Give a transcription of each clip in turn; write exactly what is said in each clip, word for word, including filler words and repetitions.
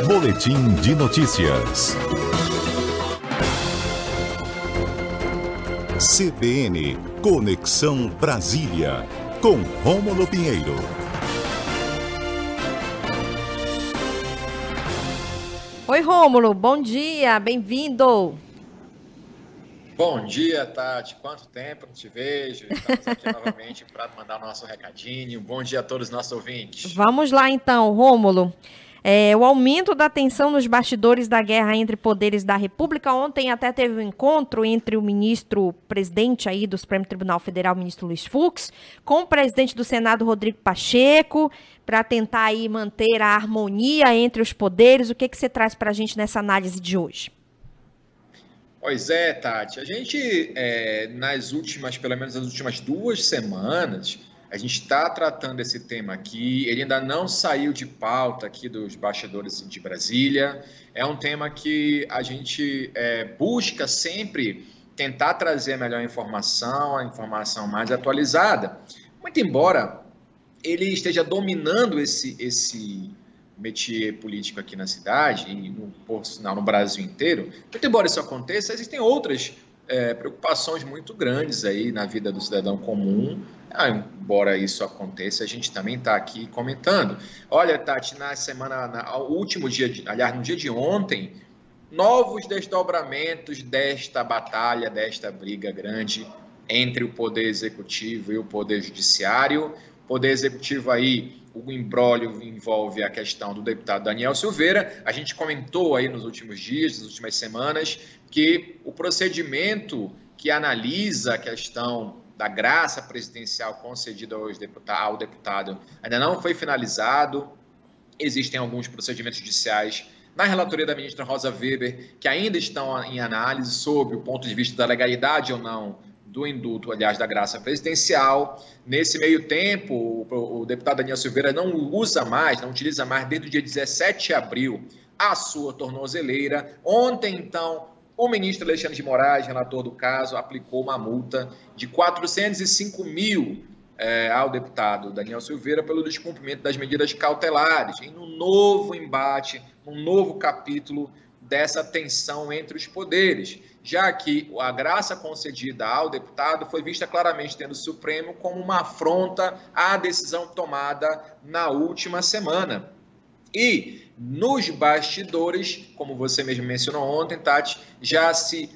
Boletim de notícias. C B N Conexão Brasília, com Rômulo Pinheiro. Oi, Rômulo, bom dia, bem-vindo. Bom dia, Tati. Quanto tempo não te vejo? Estamos aqui novamente para mandar o nosso recadinho. Bom dia a todos os nossos ouvintes. Vamos lá, então, Rômulo. É, o aumento da tensão nos bastidores da guerra entre poderes da República. Ontem até teve um encontro entre o ministro-presidente aí do Supremo Tribunal Federal, o ministro Luiz Fux, com o presidente do Senado, Rodrigo Pacheco, para tentar aí manter a harmonia entre os poderes. O que, que você traz para a gente nessa análise de hoje? Pois é, Tati. A gente, é, nas últimas, pelo menos nas últimas duas semanas, a gente está tratando esse tema aqui. Ele ainda não saiu de pauta aqui dos bastidores de Brasília. É um tema que a gente é, busca sempre tentar trazer a melhor informação, a informação mais atualizada. Muito embora ele esteja dominando esse, esse métier político aqui na cidade e, no, por sinal, no Brasil inteiro, muito embora isso aconteça, existem outras é, preocupações muito grandes aí na vida do cidadão comum. Ah, embora isso aconteça, a gente também está aqui comentando. Olha, Tati, na semana, na, o último dia, de, aliás, no dia de ontem, novos desdobramentos desta batalha, desta briga grande entre o Poder Executivo e o Poder Judiciário. O Poder Executivo aí, o imbróglio envolve a questão do deputado Daniel Silveira. A gente comentou aí nos últimos dias, nas últimas semanas, que o procedimento que analisa a questão da graça presidencial concedida ao deputado ainda não foi finalizado. Existem alguns procedimentos judiciais na relatoria da ministra Rosa Weber que ainda estão em análise sob o ponto de vista da legalidade ou não do indulto, aliás, da graça presidencial. Nesse meio tempo, o, o deputado Daniel Silveira não usa mais, não utiliza mais desde o dia dezessete de abril a sua tornozeleira. Ontem, então, o ministro Alexandre de Moraes, relator do caso, aplicou uma multa de quatrocentos e cinco mil é, ao deputado Daniel Silveira pelo descumprimento das medidas cautelares, em um novo embate, um novo capítulo dessa tensão entre os poderes, já que a graça concedida ao deputado foi vista claramente dentro do Supremo como uma afronta à decisão tomada na última semana. E nos bastidores, como você mesmo mencionou ontem, Tati, já se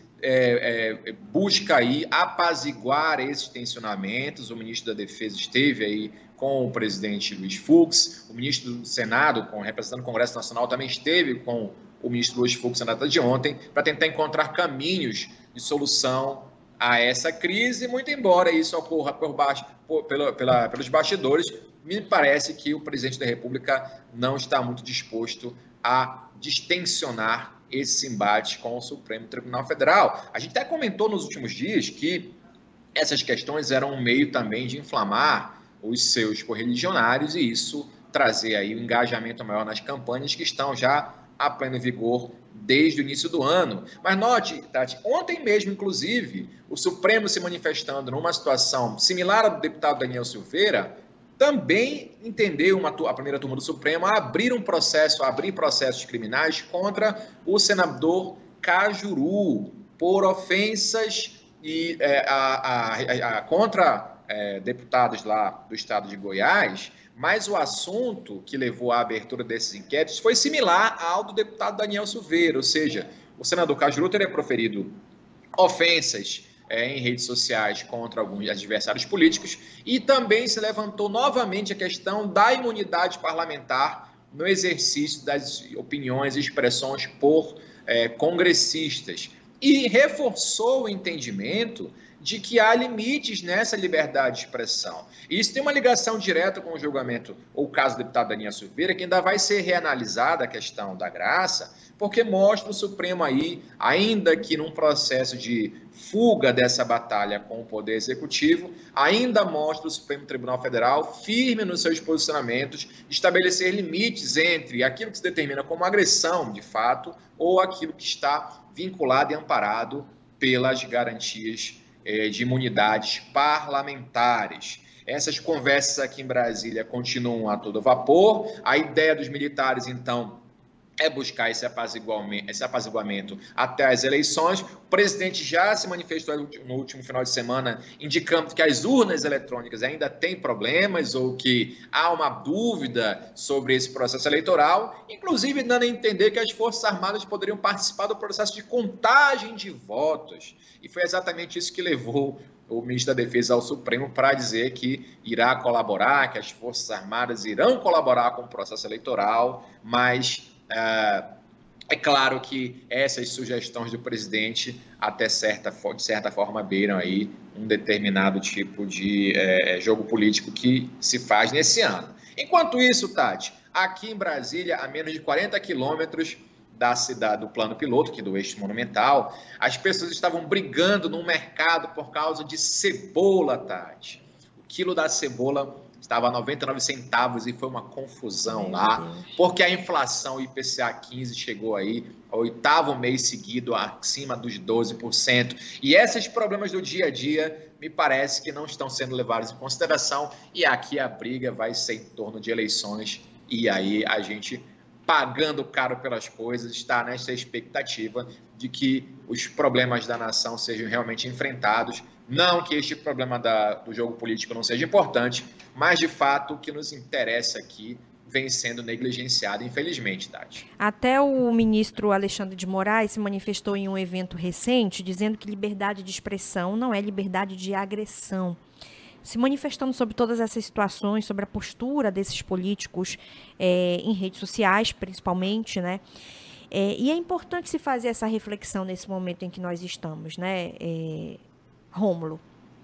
é, é, busca aí apaziguar esses tensionamentos. O ministro da Defesa esteve aí com o presidente Luiz Fux, o ministro do Senado, com, representando o Congresso Nacional, também esteve com o ministro Luiz Fux na data de ontem, para tentar encontrar caminhos de solução a essa crise. Muito embora isso ocorra por baixo, por, pela, pela, pelos bastidores, me parece que o presidente da República não está muito disposto a distensionar esse embate com o Supremo Tribunal Federal. A gente até comentou nos últimos dias que essas questões eram um meio também de inflamar os seus correligionários e isso trazer aí um engajamento maior nas campanhas que estão já a pleno vigor desde o início do ano. Mas note, Tati, ontem mesmo, inclusive, o Supremo se manifestando numa situação similar à do deputado Daniel Silveira, também entendeu uma, a primeira turma do Supremo a abrir um processo, a abrir processos criminais contra o senador Cajuru por ofensas e, é, a, a, a, contra é, deputados lá do estado de Goiás. Mas o assunto que levou à abertura desses inquéritos foi similar ao do deputado Daniel Silveira, ou seja, o senador Cajuru teria proferido ofensas é, em redes sociais contra alguns adversários políticos e também se levantou novamente a questão da imunidade parlamentar no exercício das opiniões e expressões por é, congressistas e reforçou o entendimento de que há limites nessa liberdade de expressão. E isso tem uma ligação direta com o julgamento, ou o caso do deputado Daniel Silveira, que ainda vai ser reanalisada a questão da graça, porque mostra o Supremo aí, ainda que num processo de fuga dessa batalha com o Poder Executivo, ainda mostra o Supremo Tribunal Federal firme nos seus posicionamentos, estabelecer limites entre aquilo que se determina como agressão, de fato, ou aquilo que está vinculado e amparado pelas garantias de imunidades parlamentares. Essas conversas aqui em Brasília continuam a todo vapor. A ideia dos militares, então, é buscar esse apaziguamento, esse apaziguamento até as eleições. O presidente já se manifestou no último final de semana, indicando que as urnas eletrônicas ainda têm problemas ou que há uma dúvida sobre esse processo eleitoral, inclusive dando a entender que as Forças Armadas poderiam participar do processo de contagem de votos. E foi exatamente isso que levou o ministro da Defesa ao Supremo para dizer que irá colaborar, que as Forças Armadas irão colaborar com o processo eleitoral, mas é, é claro que essas sugestões do presidente, até certa, de certa forma, beiram aí um determinado tipo de é, jogo político que se faz nesse ano. Enquanto isso, Tati, aqui em Brasília, a menos de quarenta quilômetros da cidade do Plano Piloto, que é do Eixo Monumental, as pessoas estavam brigando no mercado por causa de cebola, Tati. O quilo da cebola estava a noventa e nove centavos e foi uma confusão Meu lá, Deus. Porque a inflação, o I P C A quinze, chegou aí ao oitavo mês seguido acima dos doze por cento. E esses problemas do dia a dia me parece que não estão sendo levados em consideração, e aqui a briga vai ser em torno de eleições, e aí a gente, pagando caro pelas coisas, está nessa expectativa de que os problemas da nação sejam realmente enfrentados. Não que este problema da, do jogo político não seja importante, mas, de fato, o que nos interessa aqui vem sendo negligenciado, infelizmente, Tati. Até o ministro Alexandre de Moraes se manifestou em um evento recente, dizendo que liberdade de expressão não é liberdade de agressão. Se manifestando sobre todas essas situações, sobre a postura desses políticos é, em redes sociais, principalmente, né? É, e é importante se fazer essa reflexão nesse momento em que nós estamos, né, é, Rômulo?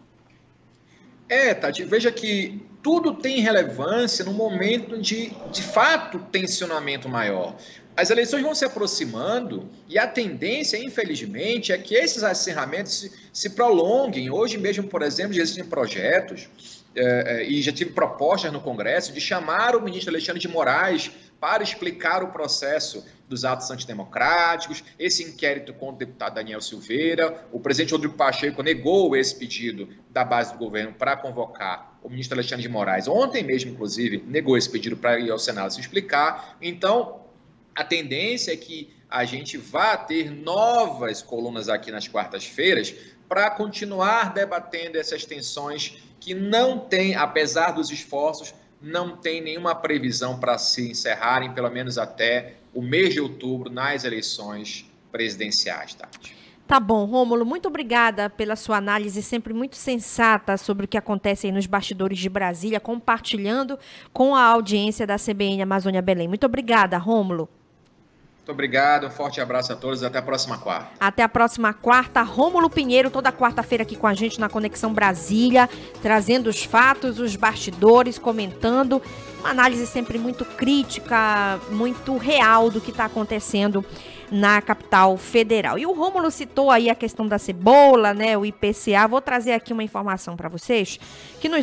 É, Tati, veja que tudo tem relevância no momento de, de fato, tensionamento maior. As eleições vão se aproximando e a tendência, infelizmente, é que esses acirramentos se, se prolonguem. Hoje mesmo, por exemplo, já existem projetos é, é, e já tive propostas no Congresso de chamar o ministro Alexandre de Moraes para explicar o processo dos atos antidemocráticos, esse inquérito contra o deputado Daniel Silveira. O presidente Rodrigo Pacheco negou esse pedido da base do governo para convocar o ministro Alexandre de Moraes. Ontem mesmo, inclusive, negou esse pedido para ir ao Senado se explicar. Então, a tendência é que a gente vá ter novas colunas aqui nas quartas-feiras para continuar debatendo essas tensões que não tem, apesar dos esforços, não tem nenhuma previsão para se encerrarem, pelo menos até o mês de outubro, nas eleições presidenciais, Tati. Tá bom, Rômulo, muito obrigada pela sua análise sempre muito sensata sobre o que acontece aí nos bastidores de Brasília, compartilhando com a audiência da C B N Amazônia Belém. Muito obrigada, Rômulo. Muito obrigado, um forte abraço a todos e até a próxima quarta. Até a próxima quarta. Rômulo Pinheiro, toda quarta-feira aqui com a gente na Conexão Brasília, trazendo os fatos, os bastidores, comentando. Uma análise sempre muito crítica, muito real do que está acontecendo na capital federal. E o Rômulo citou aí a questão da cebola, né, o I P C A. Vou trazer aqui uma informação para vocês, que nos